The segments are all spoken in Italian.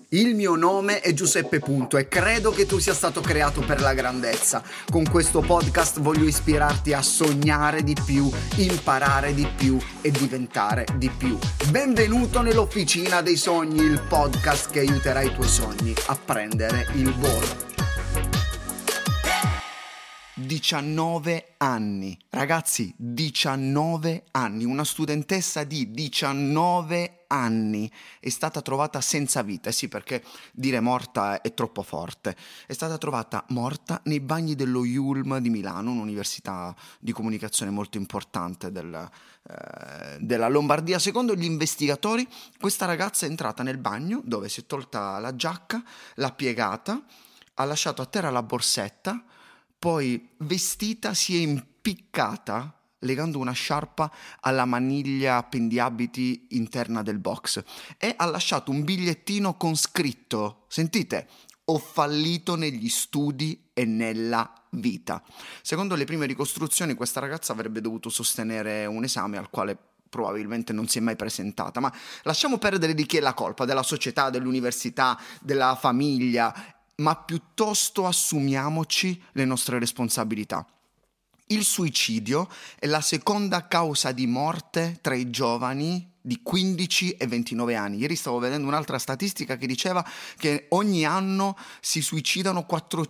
Il mio nome è Giuseppe Punto e credo che tu sia stato creato per la grandezza. Con questo podcast voglio ispirarti a sognare di più, imparare di più e diventare di più. Benvenuto nell'Officina dei Sogni, il podcast che aiuterà i tuoi sogni a prendere il volo. 19 anni, ragazzi, 19 anni, una studentessa di 19 anni è stata trovata senza vita, sì, perché dire morta è troppo forte, è stata trovata morta nei bagni dello IULM di Milano, un'università di comunicazione molto importante della Lombardia. Secondo gli investigatori, questa ragazza è entrata nel bagno dove si è tolta la giacca, l'ha piegata, ha lasciato a terra la borsetta, poi vestita si è impiccata legando una sciarpa alla maniglia appendiabiti interna del box e ha lasciato un bigliettino con scritto, sentite, ho fallito negli studi e nella vita. Secondo le prime ricostruzioni questa ragazza avrebbe dovuto sostenere un esame al quale probabilmente non si è mai presentata, ma lasciamo perdere di chi è la colpa, della società, dell'università, della famiglia, ma piuttosto assumiamoci le nostre responsabilità. Il suicidio è la seconda causa di morte tra i giovani di 15 e 29 anni. Ieri stavo vedendo un'altra statistica che diceva che ogni anno si suicidano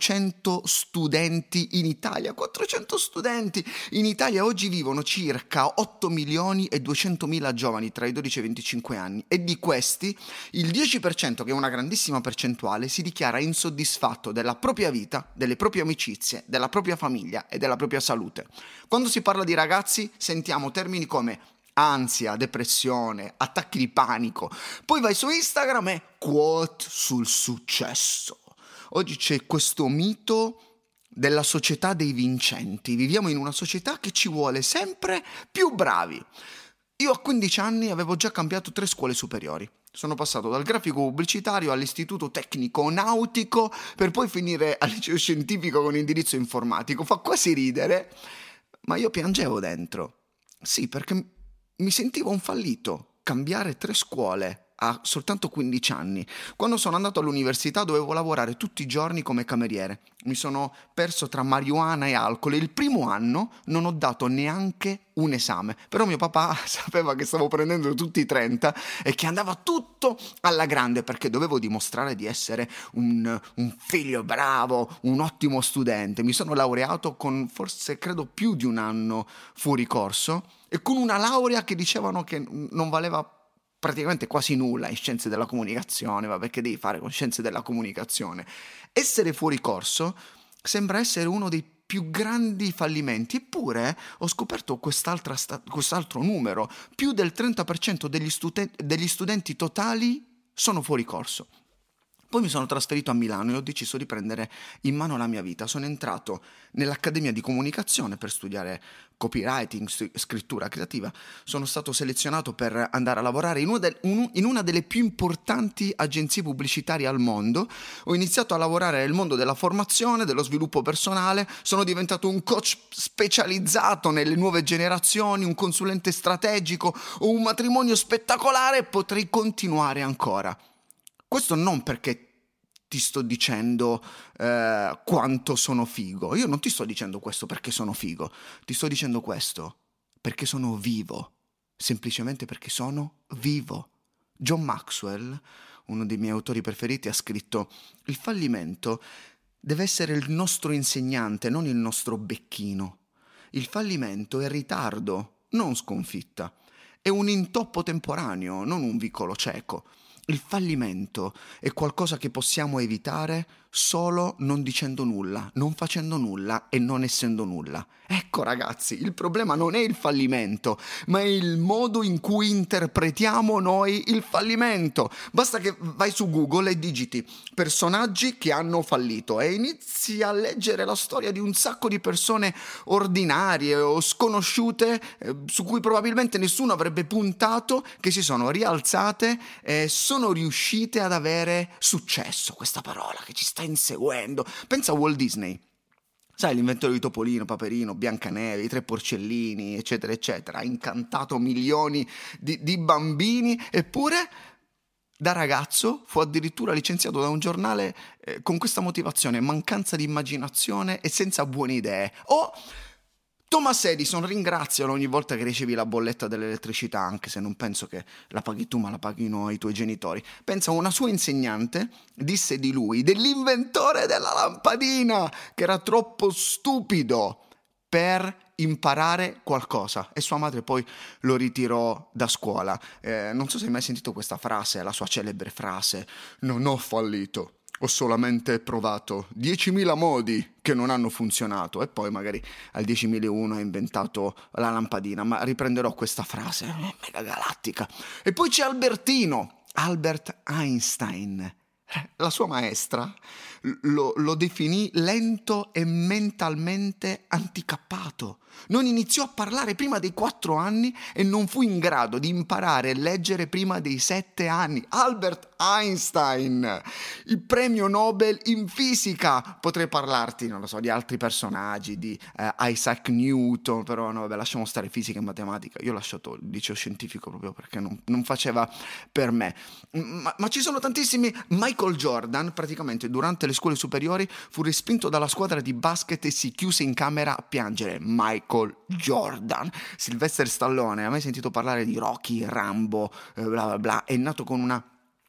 400 studenti in Italia. 400 studenti! In Italia oggi vivono circa 8 milioni e 200 mila giovani tra i 12 e i 25 anni e di questi il 10%, che è una grandissima percentuale, si dichiara insoddisfatto della propria vita, delle proprie amicizie, della propria famiglia e della propria salute. Quando si parla di ragazzi sentiamo termini come ansia, depressione, attacchi di panico. Poi vai su Instagram e quote sul successo. Oggi c'è questo mito della società dei vincenti. Viviamo in una società che ci vuole sempre più bravi. Io a 15 anni avevo già cambiato 3 scuole superiori. Sono passato dal grafico pubblicitario all'istituto tecnico nautico per poi finire al liceo scientifico con indirizzo informatico. Fa quasi ridere, ma io piangevo dentro. Sì, perché mi sentivo un fallito. Cambiare 3 scuole a soltanto 15 anni. Quando sono andato all'università dovevo lavorare tutti i giorni come cameriere. Mi sono perso tra marijuana e alcol e il primo anno non ho dato neanche un esame. Però mio papà sapeva che stavo prendendo tutti i 30 e che andava tutto alla grande perché dovevo dimostrare di essere un figlio bravo, un ottimo studente. Mi sono laureato con forse credo più di un anno fuori corso e con una laurea che dicevano che non valeva praticamente quasi nulla in scienze della comunicazione, ma perché devi fare con scienze della comunicazione? Essere fuori corso sembra essere uno dei più grandi fallimenti, eppure ho scoperto quest'altro numero: più del 30% degli studenti totali sono fuori corso. Poi mi sono trasferito a Milano e ho deciso di prendere in mano la mia vita. Sono entrato nell'Accademia di Comunicazione per studiare copywriting, scrittura creativa. Sono stato selezionato per andare a lavorare in una delle più importanti agenzie pubblicitarie al mondo. Ho iniziato a lavorare nel mondo della formazione, dello sviluppo personale. Sono diventato un coach specializzato nelle nuove generazioni, un consulente strategico, ho un matrimonio spettacolare e potrei continuare ancora. Questo non perché ti sto dicendo quanto sono figo. Io non ti sto dicendo questo perché sono figo. Ti sto dicendo questo perché sono vivo. Semplicemente perché sono vivo. John Maxwell, uno dei miei autori preferiti, ha scritto: il fallimento deve essere il nostro insegnante, non il nostro becchino. Il fallimento è ritardo, non sconfitta. È un intoppo temporaneo, non un vicolo cieco. Il fallimento è qualcosa che possiamo evitare solo non dicendo nulla, non facendo nulla e non essendo nulla. Ecco ragazzi, il problema non è il fallimento, ma è il modo in cui interpretiamo noi il fallimento. Basta che vai su Google e digiti personaggi che hanno fallito e inizi a leggere la storia di un sacco di persone ordinarie o sconosciute su cui probabilmente nessuno avrebbe puntato, che si sono rialzate e sono riuscite ad avere successo. Questa parola che ci sta inseguendo. Pensa a Walt Disney. Sai, l'inventore di Topolino, Paperino, Biancaneve, i 3 porcellini, eccetera, eccetera. Ha incantato milioni di bambini, eppure Da ragazzo fu addirittura licenziato da un giornale con questa motivazione: mancanza di immaginazione e senza buone idee. O Thomas Edison, ringrazialo ogni volta che ricevi la bolletta dell'elettricità, anche se non penso che la paghi tu, ma la paghino i tuoi genitori. Pensa, una sua insegnante disse di lui, dell'inventore della lampadina, che era troppo stupido per imparare qualcosa, e sua madre poi lo ritirò da scuola. Non so se hai mai sentito questa frase, la sua celebre frase: non ho fallito, ho solamente provato 10.000 modi che non hanno funzionato, e poi magari al 10.001 ha inventato la lampadina. Ma riprenderò questa frase, mega galattica. E poi c'è Albertino, Albert Einstein. La sua maestra lo definì lento e mentalmente handicapato. Non iniziò a parlare prima dei 4 anni e non fu in grado di imparare a leggere prima dei 7 anni. Albert Einstein, il premio Nobel in fisica. Potrei parlarti, non lo so, di altri personaggi, di Isaac Newton, però no, vabbè, lasciamo stare fisica e matematica. Io ho lasciato il liceo scientifico proprio perché non faceva per me. Ma ci sono tantissimi. Michael Jordan, praticamente durante le scuole superiori, fu respinto dalla squadra di basket e si chiuse in camera a piangere. Michael Jordan. Sylvester Stallone, hai mai sentito parlare di Rocky, Rambo, bla bla bla? È nato con una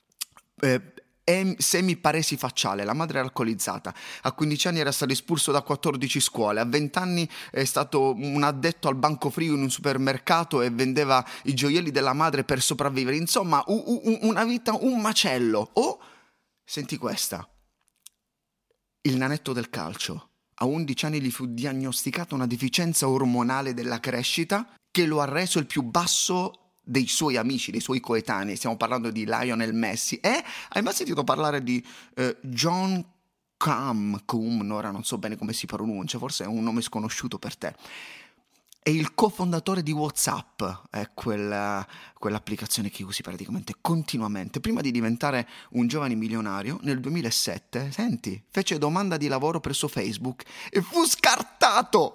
semiparesi facciale, la madre era alcolizzata, a 15 anni era stato espulso da 14 scuole, a 20 anni è stato un addetto al banco frigo in un supermercato e vendeva i gioielli della madre per sopravvivere. Insomma, una vita, un macello. Senti questa, il nanetto del calcio. A 11 anni gli fu diagnosticata una deficienza ormonale della crescita che lo ha reso il più basso dei suoi amici, dei suoi coetanei. Stiamo parlando di Lionel Messi. E hai mai sentito parlare di John Cam? Ora non so bene come si pronuncia, forse è un nome sconosciuto per te. È il cofondatore di WhatsApp, è quell'applicazione che usi praticamente continuamente. Prima di diventare un giovane milionario, nel 2007, senti, fece domanda di lavoro presso Facebook e fu scartato!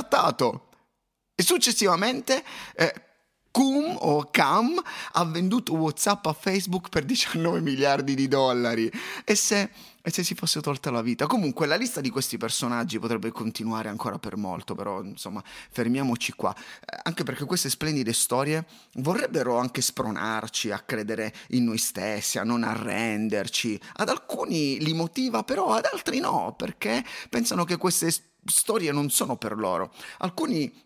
E successivamente Cam ha venduto WhatsApp a Facebook per 19 miliardi di dollari. E se si fosse tolta la vita? Comunque la lista di questi personaggi potrebbe continuare ancora per molto, però insomma fermiamoci qua, anche perché queste splendide storie vorrebbero anche spronarci a credere in noi stessi, a non arrenderci. Ad alcuni li motiva, però ad altri no, perché pensano che queste storie non sono per loro. Alcuni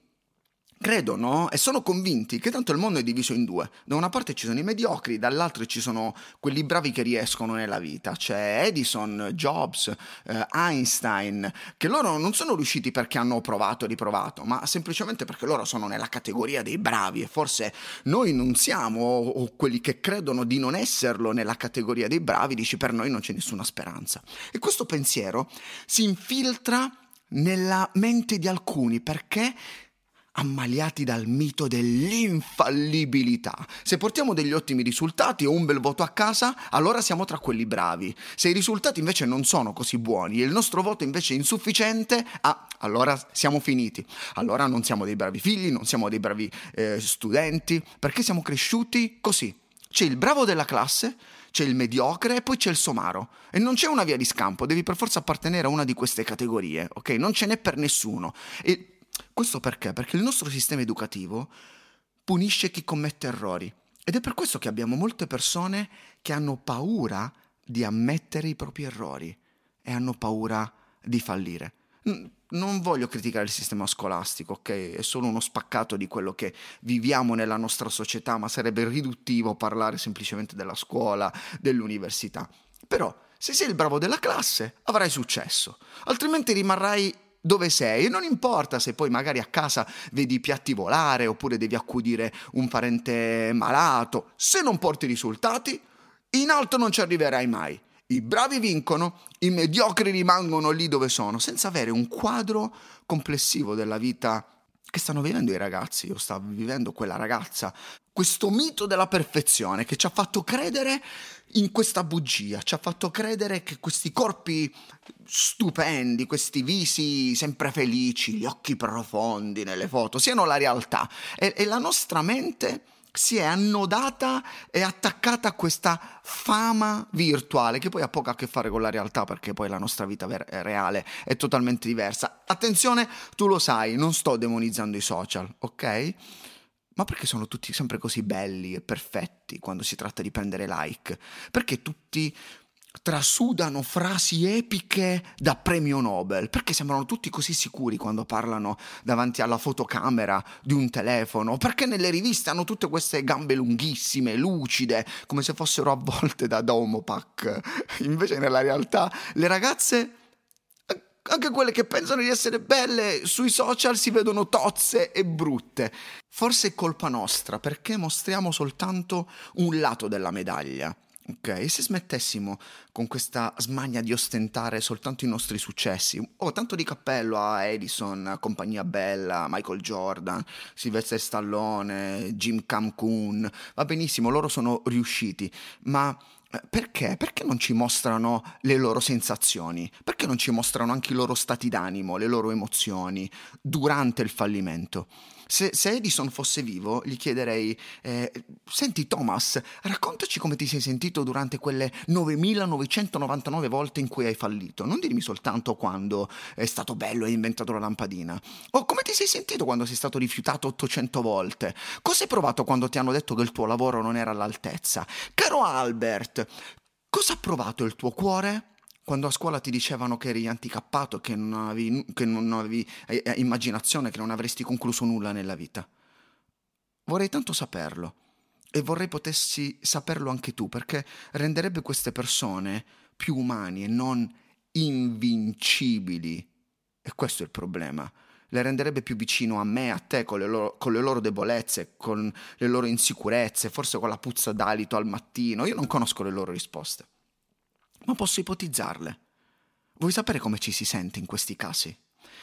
credono e sono convinti che tanto il mondo è diviso in due. Da una parte ci sono i mediocri, dall'altra ci sono quelli bravi che riescono nella vita. C'è Edison, Jobs, Einstein, che loro non sono riusciti perché hanno provato e riprovato, ma semplicemente perché loro sono nella categoria dei bravi, e forse noi non siamo, o quelli che credono di non esserlo nella categoria dei bravi, dici per noi non c'è nessuna speranza. E questo pensiero si infiltra nella mente di alcuni perché ammaliati dal mito dell'infallibilità. Se portiamo degli ottimi risultati o un bel voto a casa, allora siamo tra quelli bravi. Se i risultati invece non sono così buoni e il nostro voto invece è insufficiente, allora siamo finiti. Allora non siamo dei bravi figli, non siamo dei bravi studenti, perché siamo cresciuti così. C'è il bravo della classe, c'è il mediocre e poi c'è il somaro. E non c'è una via di scampo, devi per forza appartenere a una di queste categorie, ok? Non ce n'è per nessuno. E questo perché? Perché il nostro sistema educativo punisce chi commette errori. Ed è per questo che abbiamo molte persone che hanno paura di ammettere i propri errori e hanno paura di fallire. Non voglio criticare il sistema scolastico, ok? È solo uno spaccato di quello che viviamo nella nostra società, ma sarebbe riduttivo parlare semplicemente della scuola, dell'università. Però, se sei il bravo della classe, avrai successo, altrimenti rimarrai dove sei, e non importa se poi magari a casa vedi i piatti volare oppure devi accudire un parente malato. Se non porti risultati, in alto non ci arriverai mai. I bravi vincono, i mediocri rimangono lì dove sono, senza avere un quadro complessivo della vita che stanno vivendo i ragazzi, o sta vivendo quella ragazza. Questo mito della perfezione che ci ha fatto credere in questa bugia, ci ha fatto credere che questi corpi stupendi, questi visi sempre felici, gli occhi profondi nelle foto, siano la realtà. E la nostra mente si è annodata e attaccata a questa fama virtuale che poi ha poco a che fare con la realtà, perché poi la nostra vita reale è totalmente diversa. Attenzione, tu lo sai, non sto demonizzando i social, ok? Ma perché sono tutti sempre così belli e perfetti quando si tratta di prendere like? Perché tutti trasudano frasi epiche da premio Nobel? Perché sembrano tutti così sicuri quando parlano davanti alla fotocamera di un telefono? Perché nelle riviste hanno tutte queste gambe lunghissime, lucide, come se fossero avvolte da Homopac? Invece nella realtà le ragazze, anche quelle che pensano di essere belle, sui social si vedono tozze e brutte. Forse è colpa nostra, perché mostriamo soltanto un lato della medaglia. Ok, e se smettessimo con questa smania di ostentare soltanto i nostri successi? Oh, tanto di cappello a Edison, a Compagnia Bella, Michael Jordan, Sylvester Stallone, Jim Cam-Kun. Va benissimo, loro sono riusciti, ma perché? Perché non ci mostrano le loro sensazioni? Perché non ci mostrano anche i loro stati d'animo, le loro emozioni durante il fallimento? Se Edison fosse vivo, gli chiederei: senti Thomas, raccontaci come ti sei sentito durante quelle 9999 volte in cui hai fallito. Non dirmi soltanto quando è stato bello e hai inventato la lampadina. O come ti sei sentito quando sei stato rifiutato 800 volte? Cosa hai provato quando ti hanno detto che il tuo lavoro non era all'altezza? Caro Albert, cosa ha provato il tuo cuore quando a scuola ti dicevano che eri anticappato, che non avevi immaginazione, che non avresti concluso nulla nella vita? Vorrei tanto saperlo e vorrei potessi saperlo anche tu, perché renderebbe queste persone più umani e non invincibili. E questo è il problema. Le renderebbe più vicino a me, a te, con le loro debolezze, con le loro insicurezze, forse con la puzza d'alito al mattino. Io non conosco le loro risposte, ma posso ipotizzarle. Vuoi sapere come ci si sente in questi casi?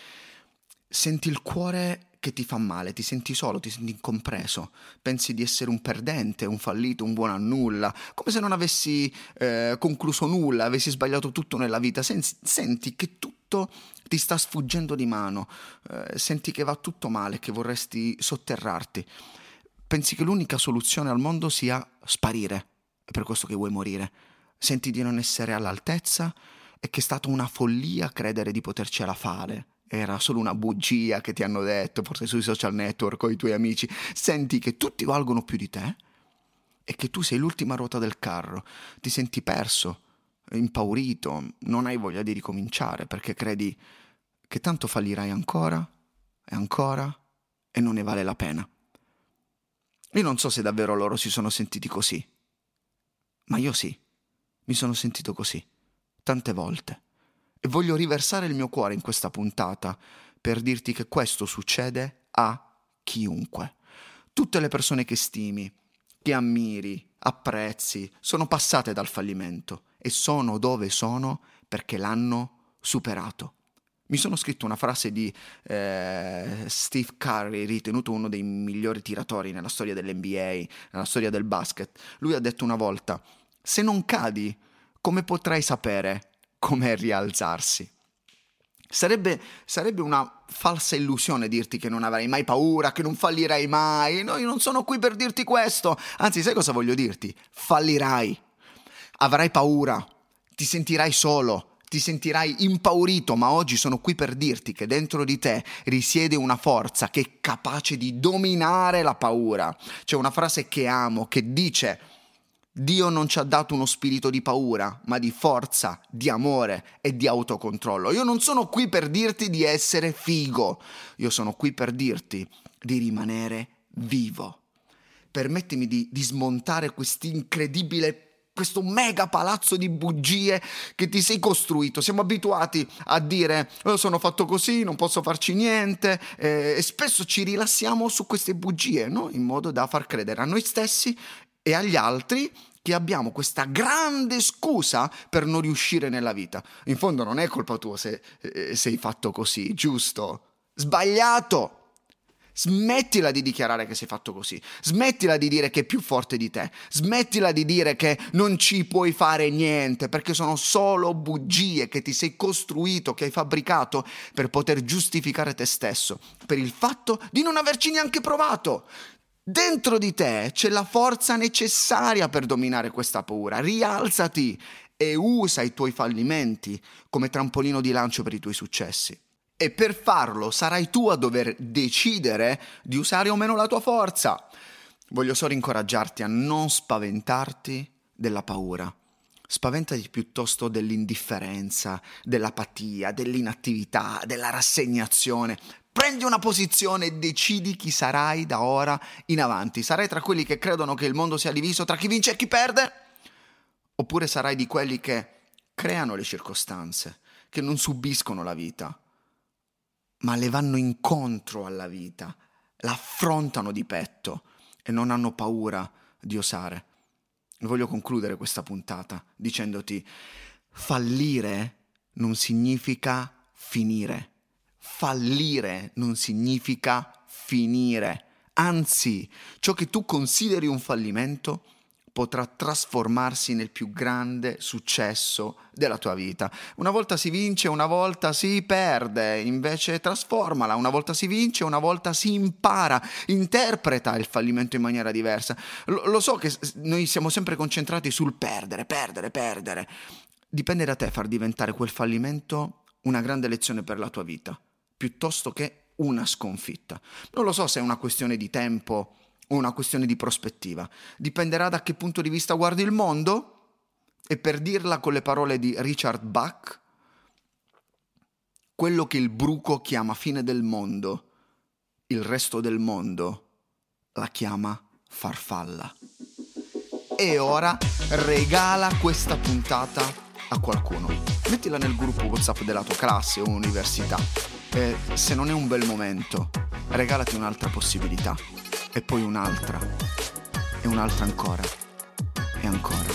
Senti il cuore che ti fa male, ti senti solo, ti senti incompreso, pensi di essere un perdente, un fallito, un buono a nulla, come se non avessi concluso nulla, avessi sbagliato tutto nella vita. Senti che tutto ti sta sfuggendo di mano, senti che va tutto male, che vorresti sotterrarti. Pensi che l'unica soluzione al mondo sia sparire, è per questo che vuoi morire. Senti di non essere all'altezza e che è stata una follia credere di potercela fare. Era solo una bugia che ti hanno detto, forse sui social network o i tuoi amici. Senti che tutti valgono più di te e che tu sei l'ultima ruota del carro. Ti senti perso, impaurito, non hai voglia di ricominciare perché credi che tanto fallirai ancora e ancora e non ne vale la pena. Io non so se davvero loro si sono sentiti così, ma io sì, mi sono sentito così, tante volte. E voglio riversare il mio cuore in questa puntata per dirti che questo succede a chiunque. Tutte le persone che stimi, che ammiri, apprezzi, sono passate dal fallimento e sono dove sono perché l'hanno superato. Mi sono scritto una frase di Steve Curry, ritenuto uno dei migliori tiratori nella storia dell'NBA, nella storia del basket. Lui ha detto una volta: se non cadi, come potrai sapere com'è rialzarsi? Sarebbe una falsa illusione dirti che non avrai mai paura, che non fallirai mai. No, io non sono qui per dirti questo. Anzi, sai cosa voglio dirti? Fallirai. Avrai paura. Ti sentirai solo. Ti sentirai impaurito, ma oggi sono qui per dirti che dentro di te risiede una forza che è capace di dominare la paura. C'è una frase che amo che dice: Dio non ci ha dato uno spirito di paura, ma di forza, di amore e di autocontrollo. Io non sono qui per dirti di essere figo, io sono qui per dirti di rimanere vivo. Permettimi di smontare questo mega palazzo di bugie che ti sei costruito. Siamo abituati a dire: sono fatto così, non posso farci niente, e spesso ci rilassiamo su queste bugie, no? In modo da far credere a noi stessi e agli altri che abbiamo questa grande scusa per non riuscire nella vita. In fondo non è colpa tua se sei fatto così, giusto? Sbagliato! Smettila di dichiarare che sei fatto così, smettila di dire che è più forte di te, smettila di dire che non ci puoi fare niente, perché sono solo bugie che ti sei costruito, che hai fabbricato per poter giustificare te stesso, per il fatto di non averci neanche provato, Dentro di te c'è la forza necessaria per dominare questa paura. Rialzati e usa i tuoi fallimenti come trampolino di lancio per i tuoi successi. E per farlo sarai tu a dover decidere di usare o meno la tua forza. Voglio solo incoraggiarti a non spaventarti della paura. Spaventati piuttosto dell'indifferenza, dell'apatia, dell'inattività, della rassegnazione. Prendi una posizione e decidi chi sarai da ora in avanti. Sarai tra quelli che credono che il mondo sia diviso tra chi vince e chi perde? Oppure sarai di quelli che creano le circostanze, che non subiscono la vita, ma le vanno incontro alla vita, la affrontano di petto e non hanno paura di osare. Voglio concludere questa puntata dicendoti: fallire non significa finire. Fallire non significa finire. Anzi, ciò che tu consideri un fallimento potrà trasformarsi nel più grande successo della tua vita. Una volta si vince, una volta si perde, invece trasformala. Una volta si vince, una volta si impara, interpreta il fallimento in maniera diversa. Lo so che noi siamo sempre concentrati sul perdere. Dipende da te far diventare quel fallimento una grande lezione per la tua vita, piuttosto che una sconfitta. Non lo so se è una questione di tempo o una questione di prospettiva. Dipenderà da che punto di vista guardi il mondo. E per dirla con le parole di Richard Bach, quello che il bruco chiama fine del mondo, il resto del mondo la chiama farfalla. E ora regala questa puntata a qualcuno. Mettila nel gruppo WhatsApp della tua classe o università. E se non è un bel momento, regalati un'altra possibilità. E poi un'altra, e un'altra ancora, e ancora.